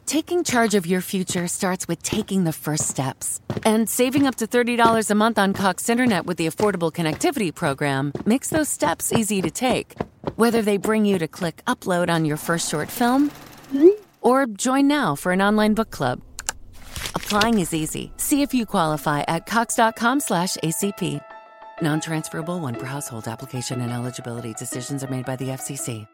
Taking charge of your future starts with taking the first steps. And saving up to $30 a month on Cox Internet with the Affordable Connectivity Program makes those steps easy to take. Whether they bring you to click upload on your first short film or join now for an online book club. Applying is easy. See if you qualify at cox.com/ACP. Non-transferable one per household. Application and eligibility decisions are made by the FCC.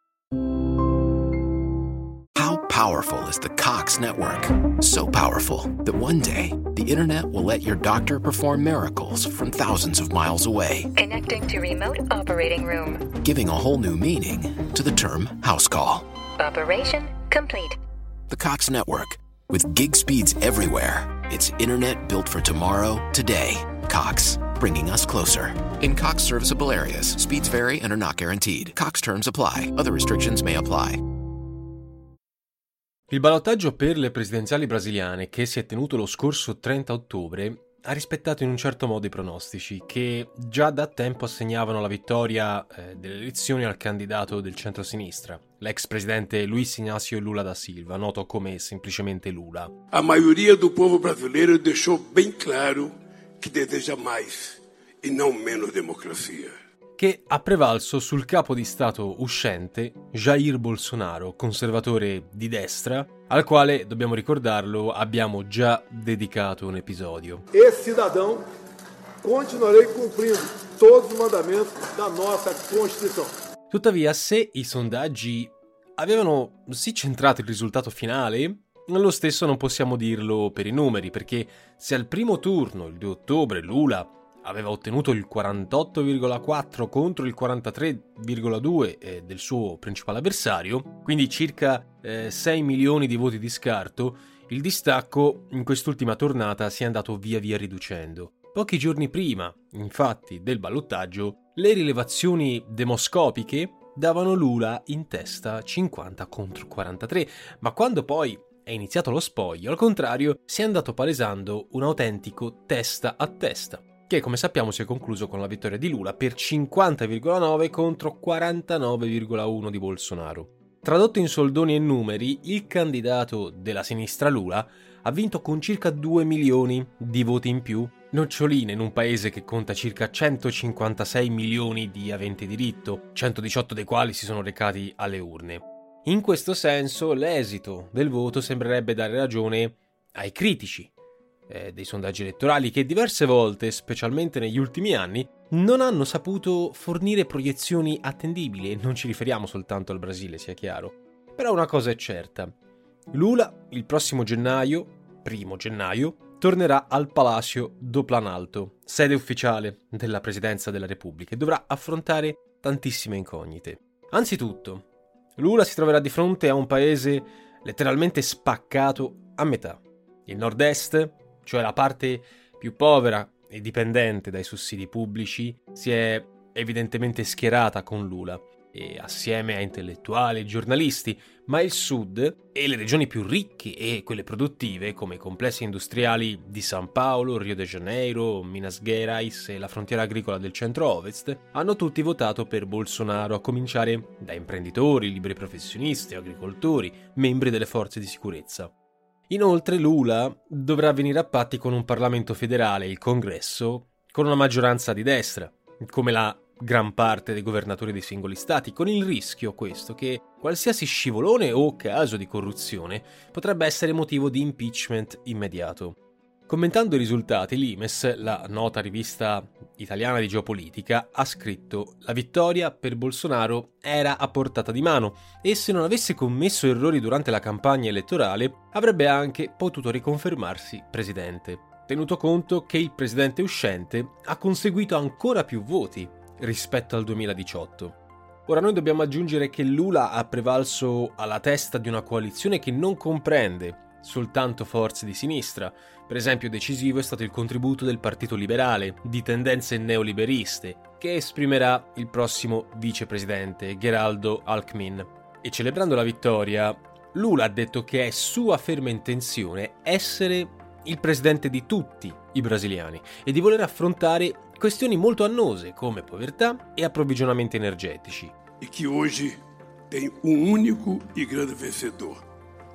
How powerful is the Cox network? So powerful that one day the internet will let your doctor perform miracles from thousands of miles away. Connecting to remote operating room. Giving a whole new meaning to the term house call. Operation complete. The Cox network. With gig speeds everywhere. It's internet built for tomorrow, today. Cox. Bringing us closer. In Cox serviceable areas, speeds vary and are not guaranteed. Cox terms apply. Other restrictions may apply. Il ballottaggio per le presidenziali brasiliane, che si è tenuto lo scorso 30 ottobre, ha rispettato in un certo modo i pronostici, che già da tempo assegnavano la vittoria delle elezioni al candidato del centro-sinistra, l'ex presidente Luiz Inácio Lula da Silva, noto come semplicemente Lula. A maioria do povo brasileiro deixou bem claro que deseja mais e não menos democrazia. Che ha prevalso sul capo di Stato uscente, Jair Bolsonaro, conservatore di destra, al quale, dobbiamo ricordarlo, abbiamo già dedicato un episodio. Esse cidadão continuarei cumprindo todos os mandamentos da nossa Constituição. Tuttavia, se i sondaggi avevano sì centrato il risultato finale, lo stesso non possiamo dirlo per i numeri, perché se al primo turno, il 2 ottobre, Lula aveva ottenuto il 48,4 contro il 43,2 del suo principale avversario, quindi circa 6 milioni di voti di scarto, il distacco in quest'ultima tornata si è andato via via riducendo. Pochi giorni prima, infatti, del ballottaggio, le rilevazioni demoscopiche davano Lula in testa 50 contro 43, ma quando poi è iniziato lo spoglio, al contrario, si è andato palesando un autentico testa a testa, che come sappiamo si è concluso con la vittoria di Lula per 50,9 contro 49,1 di Bolsonaro. Tradotto in soldoni e numeri, il candidato della sinistra Lula ha vinto con circa 2 milioni di voti in più, noccioline in un paese che conta circa 156 milioni di aventi diritto, 118 dei quali si sono recati alle urne. In questo senso, l'esito del voto sembrerebbe dare ragione ai critici dei sondaggi elettorali che diverse volte, specialmente negli ultimi anni, non hanno saputo fornire proiezioni attendibili, e non ci riferiamo soltanto al Brasile, sia chiaro. Però una cosa è certa: Lula il prossimo primo gennaio, tornerà al Palácio do Planalto, sede ufficiale della Presidenza della Repubblica, e dovrà affrontare tantissime incognite. Anzitutto, Lula si troverà di fronte a un paese letteralmente spaccato a metà. Il nord-est, cioè la parte più povera e dipendente dai sussidi pubblici, si è evidentemente schierata con Lula, e assieme a intellettuali e giornalisti, ma il sud e le regioni più ricche e quelle produttive, come i complessi industriali di San Paolo, Rio de Janeiro, Minas Gerais e la frontiera agricola del centro-ovest, hanno tutti votato per Bolsonaro, a cominciare da imprenditori, liberi professionisti, agricoltori, membri delle forze di sicurezza. Inoltre Lula dovrà venire a patti con un Parlamento federale, il Congresso, con una maggioranza di destra, come la gran parte dei governatori dei singoli stati, con il rischio questo che qualsiasi scivolone o caso di corruzione potrebbe essere motivo di impeachment immediato. Commentando i risultati, l'Imes, la nota rivista italiana di geopolitica, ha scritto: la vittoria per Bolsonaro era a portata di mano e se non avesse commesso errori durante la campagna elettorale avrebbe anche potuto riconfermarsi presidente, tenuto conto che il presidente uscente ha conseguito ancora più voti rispetto al 2018. Ora noi dobbiamo aggiungere che Lula ha prevalso alla testa di una coalizione che non comprende soltanto forze di sinistra. Per esempio decisivo è stato il contributo del Partito Liberale, di tendenze neoliberiste, che esprimerà il prossimo vicepresidente Geraldo Alckmin. E celebrando la vittoria, Lula ha detto che è sua ferma intenzione essere il presidente di tutti i brasiliani e di voler affrontare questioni molto annose come povertà e approvvigionamenti energetici. E che oggi tem um único e grande vencedor: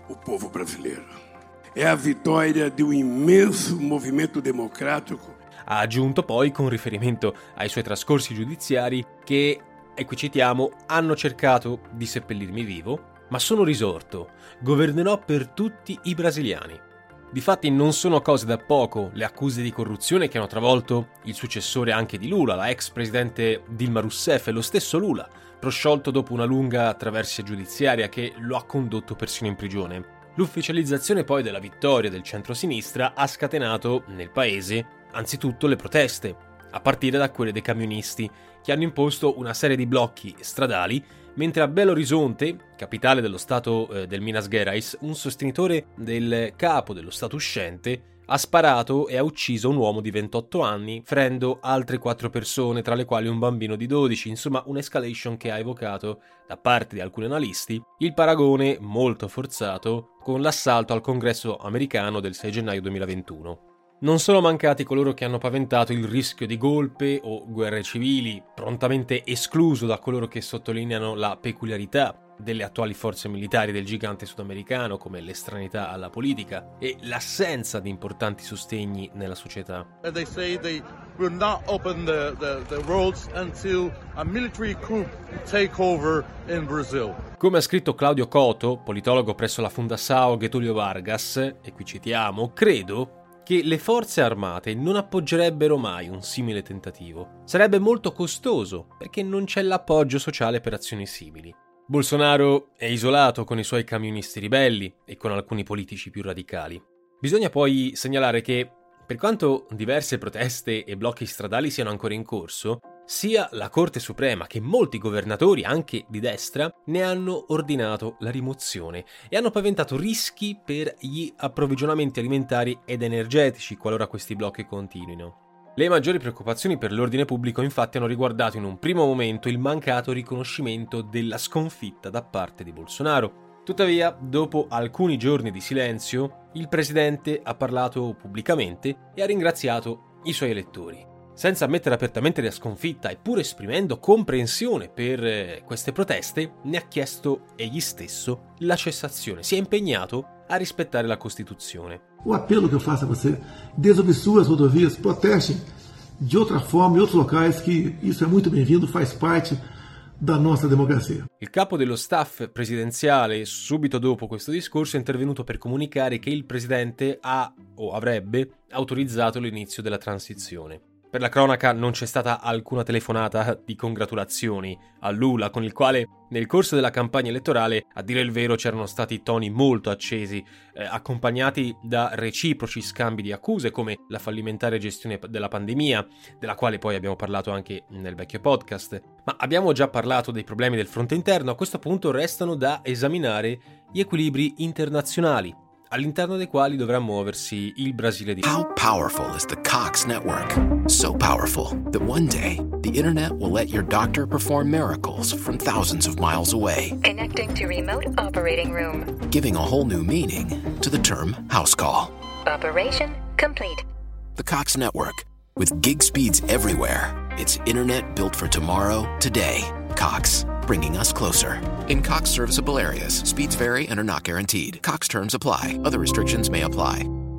o povo brasileiro. É a vitória de um imenso movimento democrático. Ha aggiunto poi, con riferimento ai suoi trascorsi giudiziari, che, e qui citiamo, hanno cercato di seppellirmi vivo, ma sono risorto, governerò per tutti i brasiliani. Difatti non sono cose da poco le accuse di corruzione che hanno travolto il successore anche di Lula, la ex presidente Dilma Rousseff, e lo stesso Lula, prosciolto dopo una lunga traversia giudiziaria che lo ha condotto persino in prigione. L'ufficializzazione poi della vittoria del centro-sinistra ha scatenato nel paese anzitutto le proteste, a partire da quelle dei camionisti, che hanno imposto una serie di blocchi stradali, mentre a Belo Horizonte, capitale dello stato del Minas Gerais, un sostenitore del capo dello stato uscente ha sparato e ha ucciso un uomo di 28 anni, ferendo altre 4 persone, tra le quali un bambino di 12, insomma un'escalation che ha evocato, da parte di alcuni analisti, il paragone molto forzato con l'assalto al congresso americano del 6 gennaio 2021. Non sono mancati coloro che hanno paventato il rischio di golpe o guerre civili, prontamente escluso da coloro che sottolineano la peculiarità delle attuali forze militari del gigante sudamericano, come l'estraneità alla politica e l'assenza di importanti sostegni nella società. They say they will not open the roads until a military coup take over in Brazil. Come ha scritto Claudio Coto, politologo presso la Fundação Getúlio Vargas, e qui citiamo, credo che le forze armate non appoggerebbero mai un simile tentativo. Sarebbe molto costoso, perché non c'è l'appoggio sociale per azioni simili. Bolsonaro è isolato con i suoi camionisti ribelli e con alcuni politici più radicali. Bisogna poi segnalare che, per quanto diverse proteste e blocchi stradali siano ancora in corso, sia la Corte Suprema che molti governatori, anche di destra, ne hanno ordinato la rimozione e hanno paventato rischi per gli approvvigionamenti alimentari ed energetici qualora questi blocchi continuino. Le maggiori preoccupazioni per l'ordine pubblico infatti hanno riguardato in un primo momento il mancato riconoscimento della sconfitta da parte di Bolsonaro. Tuttavia, dopo alcuni giorni di silenzio, il presidente ha parlato pubblicamente e ha ringraziato i suoi elettori. Senza ammettere apertamente la sconfitta e pur esprimendo comprensione per queste proteste, ne ha chiesto egli stesso la cessazione. Si è impegnato a rispettare la Costituzione. O apelo que eu faço a você, desobstrua as rodovias, protestem de outra forma em outros locais, que isso é muito bem-vindo, faz parte da nostra democrazia. Il capo dello staff presidenziale, subito dopo questo discorso, è intervenuto per comunicare che il presidente ha o avrebbe autorizzato l'inizio della transizione. Per la cronaca non c'è stata alcuna telefonata di congratulazioni a Lula, con il quale nel corso della campagna elettorale, a dire il vero, c'erano stati toni molto accesi, accompagnati da reciproci scambi di accuse come la fallimentare gestione della pandemia, della quale poi abbiamo parlato anche nel vecchio podcast. Ma abbiamo già parlato dei problemi del fronte interno, a questo punto restano da esaminare gli equilibri internazionali, all'interno dei quali dovrà muoversi il Brasile di... How powerful is the Cox Network? So powerful that one day the internet will let your doctor perform miracles from thousands of miles away. Connecting to remote operating room. Giving a whole new meaning to the term house call. Operation complete. The Cox Network. With gig speeds everywhere. It's internet built for tomorrow, today. Cox. Bringing us closer. In Cox serviceable areas, speeds vary and are not guaranteed. Cox terms apply. Other restrictions may apply.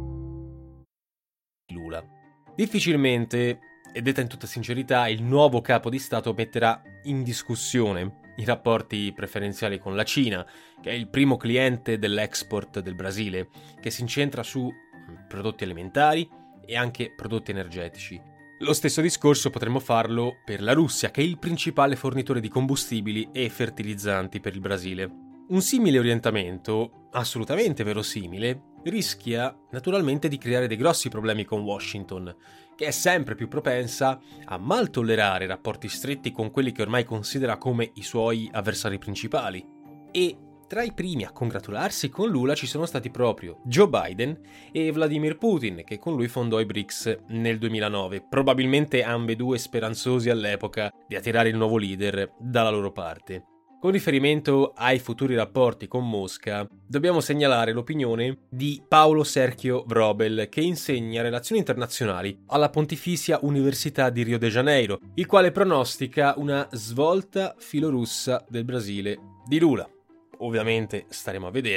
Lula. Difficilmente, e detta in tutta sincerità, il nuovo capo di Stato metterà in discussione i rapporti preferenziali con la Cina, che è il primo cliente dell'export del Brasile, che si incentra su prodotti alimentari e anche prodotti energetici. Lo stesso discorso potremmo farlo per la Russia, che è il principale fornitore di combustibili e fertilizzanti per il Brasile. Un simile orientamento, assolutamente verosimile, rischia naturalmente di creare dei grossi problemi con Washington, che è sempre più propensa a mal tollerare rapporti stretti con quelli che ormai considera come i suoi avversari principali. E tra i primi a congratularsi con Lula ci sono stati proprio Joe Biden e Vladimir Putin, che con lui fondò i BRICS nel 2009, probabilmente ambedue speranzosi all'epoca di attirare il nuovo leader dalla loro parte. Con riferimento ai futuri rapporti con Mosca, dobbiamo segnalare l'opinione di Paulo Sergio Vrobel, che insegna relazioni internazionali alla Pontificia Università di Rio de Janeiro, il quale pronostica una svolta filorussa del Brasile di Lula. Ovviamente staremo a vedere,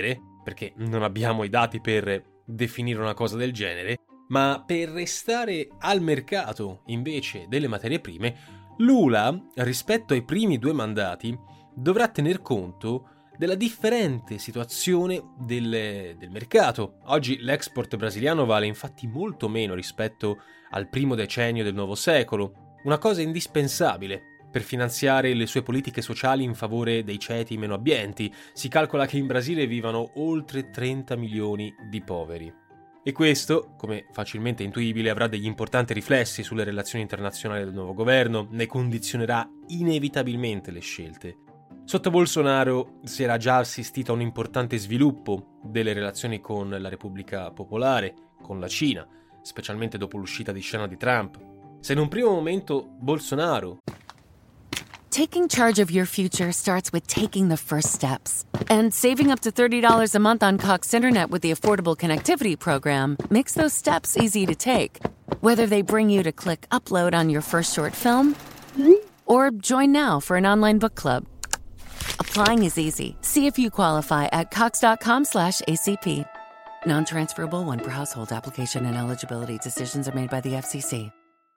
perché non abbiamo i dati per definire una cosa del genere, ma per restare al mercato invece delle materie prime, Lula, rispetto ai primi 2 mandati, dovrà tener conto della differente situazione del mercato. Oggi l'export brasiliano vale infatti molto meno rispetto al primo decennio del nuovo secolo, una cosa indispensabile per finanziare le sue politiche sociali in favore dei ceti meno abbienti. Si calcola che in Brasile vivano oltre 30 milioni di poveri. E questo, come facilmente intuibile, avrà degli importanti riflessi sulle relazioni internazionali del nuovo governo, ne condizionerà inevitabilmente le scelte. Sotto Bolsonaro si era già assistito a un importante sviluppo delle relazioni con la Repubblica Popolare, con la Cina, specialmente dopo l'uscita di scena di Trump. Se in un primo momento Bolsonaro... Taking charge of your future starts with taking the first steps. And saving up to $30 a month on Cox Internet with the Affordable Connectivity Program makes those steps easy to take. Whether they bring you to click upload on your first short film or join now for an online book club. Applying is easy. See if you qualify at cox.com/ACP. Non-transferable one per household. Application and eligibility decisions are made by the FCC.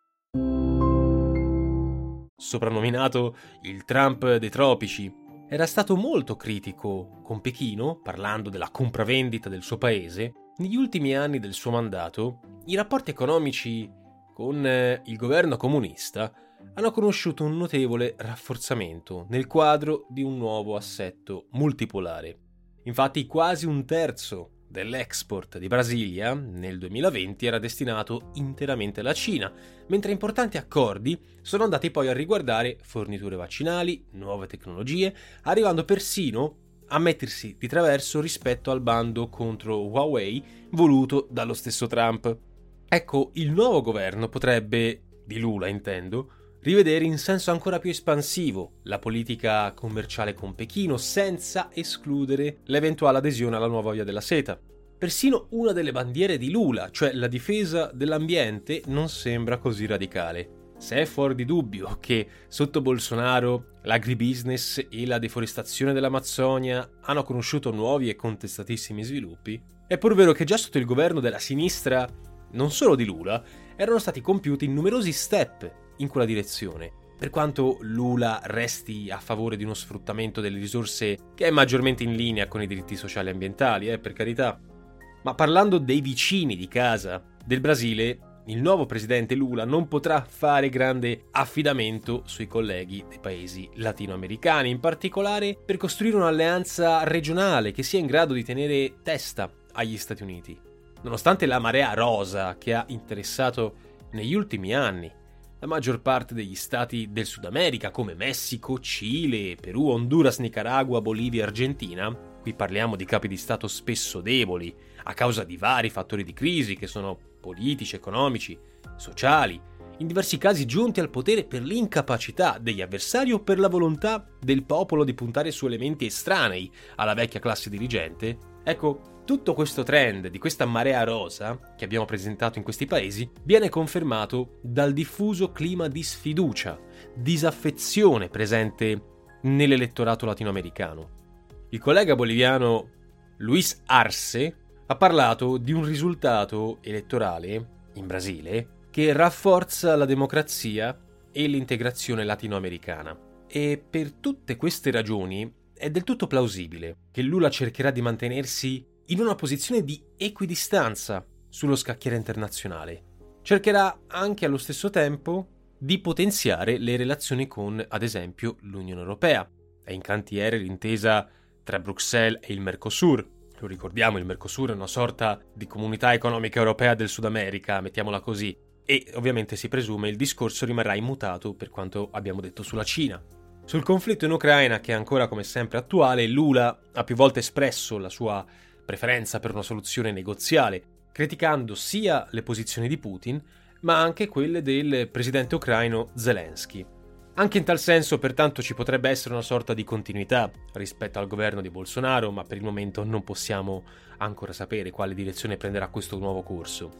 Soprannominato il Trump dei tropici, era stato molto critico con Pechino, parlando della compravendita del suo paese. Negli ultimi anni del suo mandato, i rapporti economici con il governo comunista hanno conosciuto un notevole rafforzamento nel quadro di un nuovo assetto multipolare. Infatti quasi un terzo dell'export di Brasilia nel 2020 era destinato interamente alla Cina, mentre importanti accordi sono andati poi a riguardare forniture vaccinali, nuove tecnologie, arrivando persino a mettersi di traverso rispetto al bando contro Huawei voluto dallo stesso Trump. Ecco, il nuovo governo potrebbe, di Lula intendo, rivedere in senso ancora più espansivo la politica commerciale con Pechino, senza escludere l'eventuale adesione alla nuova via della seta. Persino una delle bandiere di Lula, cioè la difesa dell'ambiente, non sembra così radicale. Se è fuori di dubbio che sotto Bolsonaro l'agribusiness e la deforestazione dell'Amazzonia hanno conosciuto nuovi e contestatissimi sviluppi, è pur vero che già sotto il governo della sinistra, non solo di Lula, erano stati compiuti numerosi step in quella direzione, per quanto Lula resti a favore di uno sfruttamento delle risorse che è maggiormente in linea con i diritti sociali e ambientali, per carità. Ma parlando dei vicini di casa del Brasile, il nuovo presidente Lula non potrà fare grande affidamento sui colleghi dei paesi latinoamericani, in particolare per costruire un'alleanza regionale che sia in grado di tenere testa agli Stati Uniti. Nonostante la marea rosa che ha interessato negli ultimi anni la maggior parte degli stati del Sud America, come Messico, Cile, Perù, Honduras, Nicaragua, Bolivia e Argentina, qui parliamo di capi di Stato spesso deboli, a causa di vari fattori di crisi che sono politici, economici, sociali, in diversi casi giunti al potere per l'incapacità degli avversari o per la volontà del popolo di puntare su elementi estranei alla vecchia classe dirigente. Ecco, tutto questo trend di questa marea rosa che abbiamo presentato in questi paesi viene confermato dal diffuso clima di sfiducia, disaffezione presente nell'elettorato latinoamericano. Il collega boliviano Luis Arce ha parlato di un risultato elettorale in Brasile che rafforza la democrazia e l'integrazione latinoamericana. E per tutte queste ragioni è del tutto plausibile che Lula cercherà di mantenersi in una posizione di equidistanza sullo scacchiere internazionale. Cercherà anche allo stesso tempo di potenziare le relazioni con, ad esempio, l'Unione Europea. È in cantiere l'intesa tra Bruxelles e il Mercosur. Lo ricordiamo, il Mercosur è una sorta di comunità economica europea del Sud America, mettiamola così. E ovviamente si presume il discorso rimarrà immutato per quanto abbiamo detto sulla Cina. Sul conflitto in Ucraina, che è ancora come sempre attuale, Lula ha più volte espresso la sua preferenza per una soluzione negoziale, criticando sia le posizioni di Putin, ma anche quelle del presidente ucraino Zelensky. Anche in tal senso, pertanto, ci potrebbe essere una sorta di continuità rispetto al governo di Bolsonaro, ma per il momento non possiamo ancora sapere quale direzione prenderà questo nuovo corso.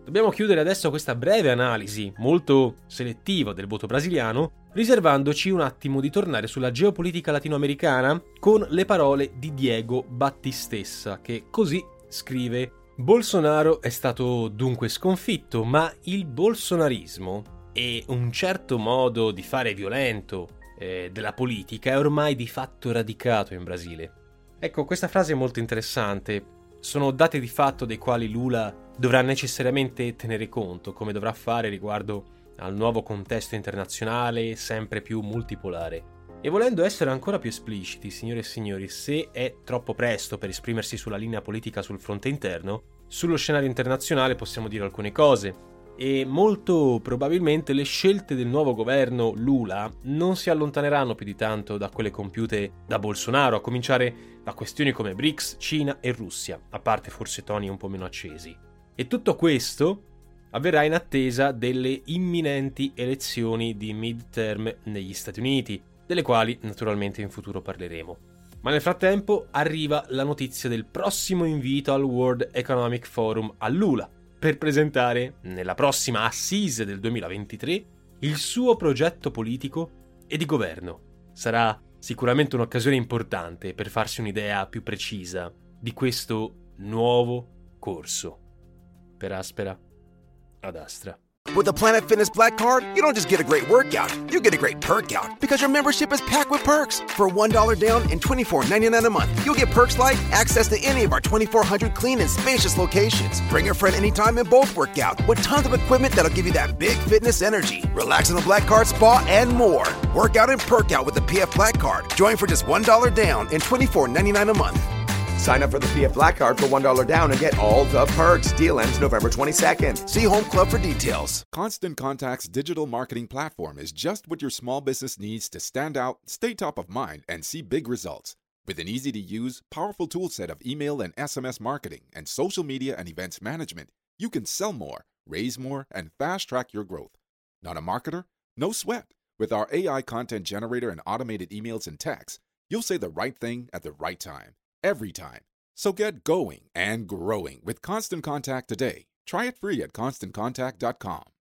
Dobbiamo chiudere adesso questa breve analisi, molto selettiva del voto brasiliano, riservandoci un attimo di tornare sulla geopolitica latinoamericana con le parole di Diego Battistessa, che così scrive: Bolsonaro è stato dunque sconfitto, ma il bolsonarismo e un certo modo di fare violento della politica è ormai di fatto radicato in Brasile. Ecco, questa frase è molto interessante. Sono dati di fatto dei quali Lula dovrà necessariamente tenere conto, come dovrà fare riguardo al nuovo contesto internazionale sempre più multipolare. E volendo essere ancora più espliciti, signore e signori, se è troppo presto per esprimersi sulla linea politica sul fronte interno, sullo scenario internazionale possiamo dire alcune cose. E molto probabilmente le scelte del nuovo governo Lula non si allontaneranno più di tanto da quelle compiute da Bolsonaro, a cominciare da questioni come BRICS, Cina e Russia, a parte forse toni un po' meno accesi. E tutto questo avverrà in attesa delle imminenti elezioni di midterm negli Stati Uniti, delle quali naturalmente in futuro parleremo. Ma nel frattempo arriva la notizia del prossimo invito al World Economic Forum a Lula, per presentare, nella prossima Assise del 2023, il suo progetto politico e di governo. Sarà sicuramente un'occasione importante per farsi un'idea più precisa di questo nuovo corso. Per Aspera ad Astra. With the Planet Fitness Black Card, you don't just get a great workout, you get a great perk out because your membership is packed with perks. For $1 down and $24.99 a month, you'll get perks like access to any of our 2,400 clean and spacious locations. Bring a friend anytime and both work out with tons of equipment that'll give you that big fitness energy. Relax in the Black Card spa and more. Work out and perk out with the PF Black Card. Join for just $1 down and $24.99 a month. Sign up for the PF Black Card for $1 down and get all the perks. Deal ends November 22nd. See Home Club for details. Constant Contact's digital marketing platform is just what your small business needs to stand out, stay top of mind, and see big results. With an easy-to-use, powerful toolset of email and SMS marketing and social media and events management, you can sell more, raise more, and fast-track your growth. Not a marketer? No sweat. With our AI content generator and automated emails and texts, you'll say the right thing at the right time. Every time. So get going and growing with Constant Contact today. Try it free at ConstantContact.com.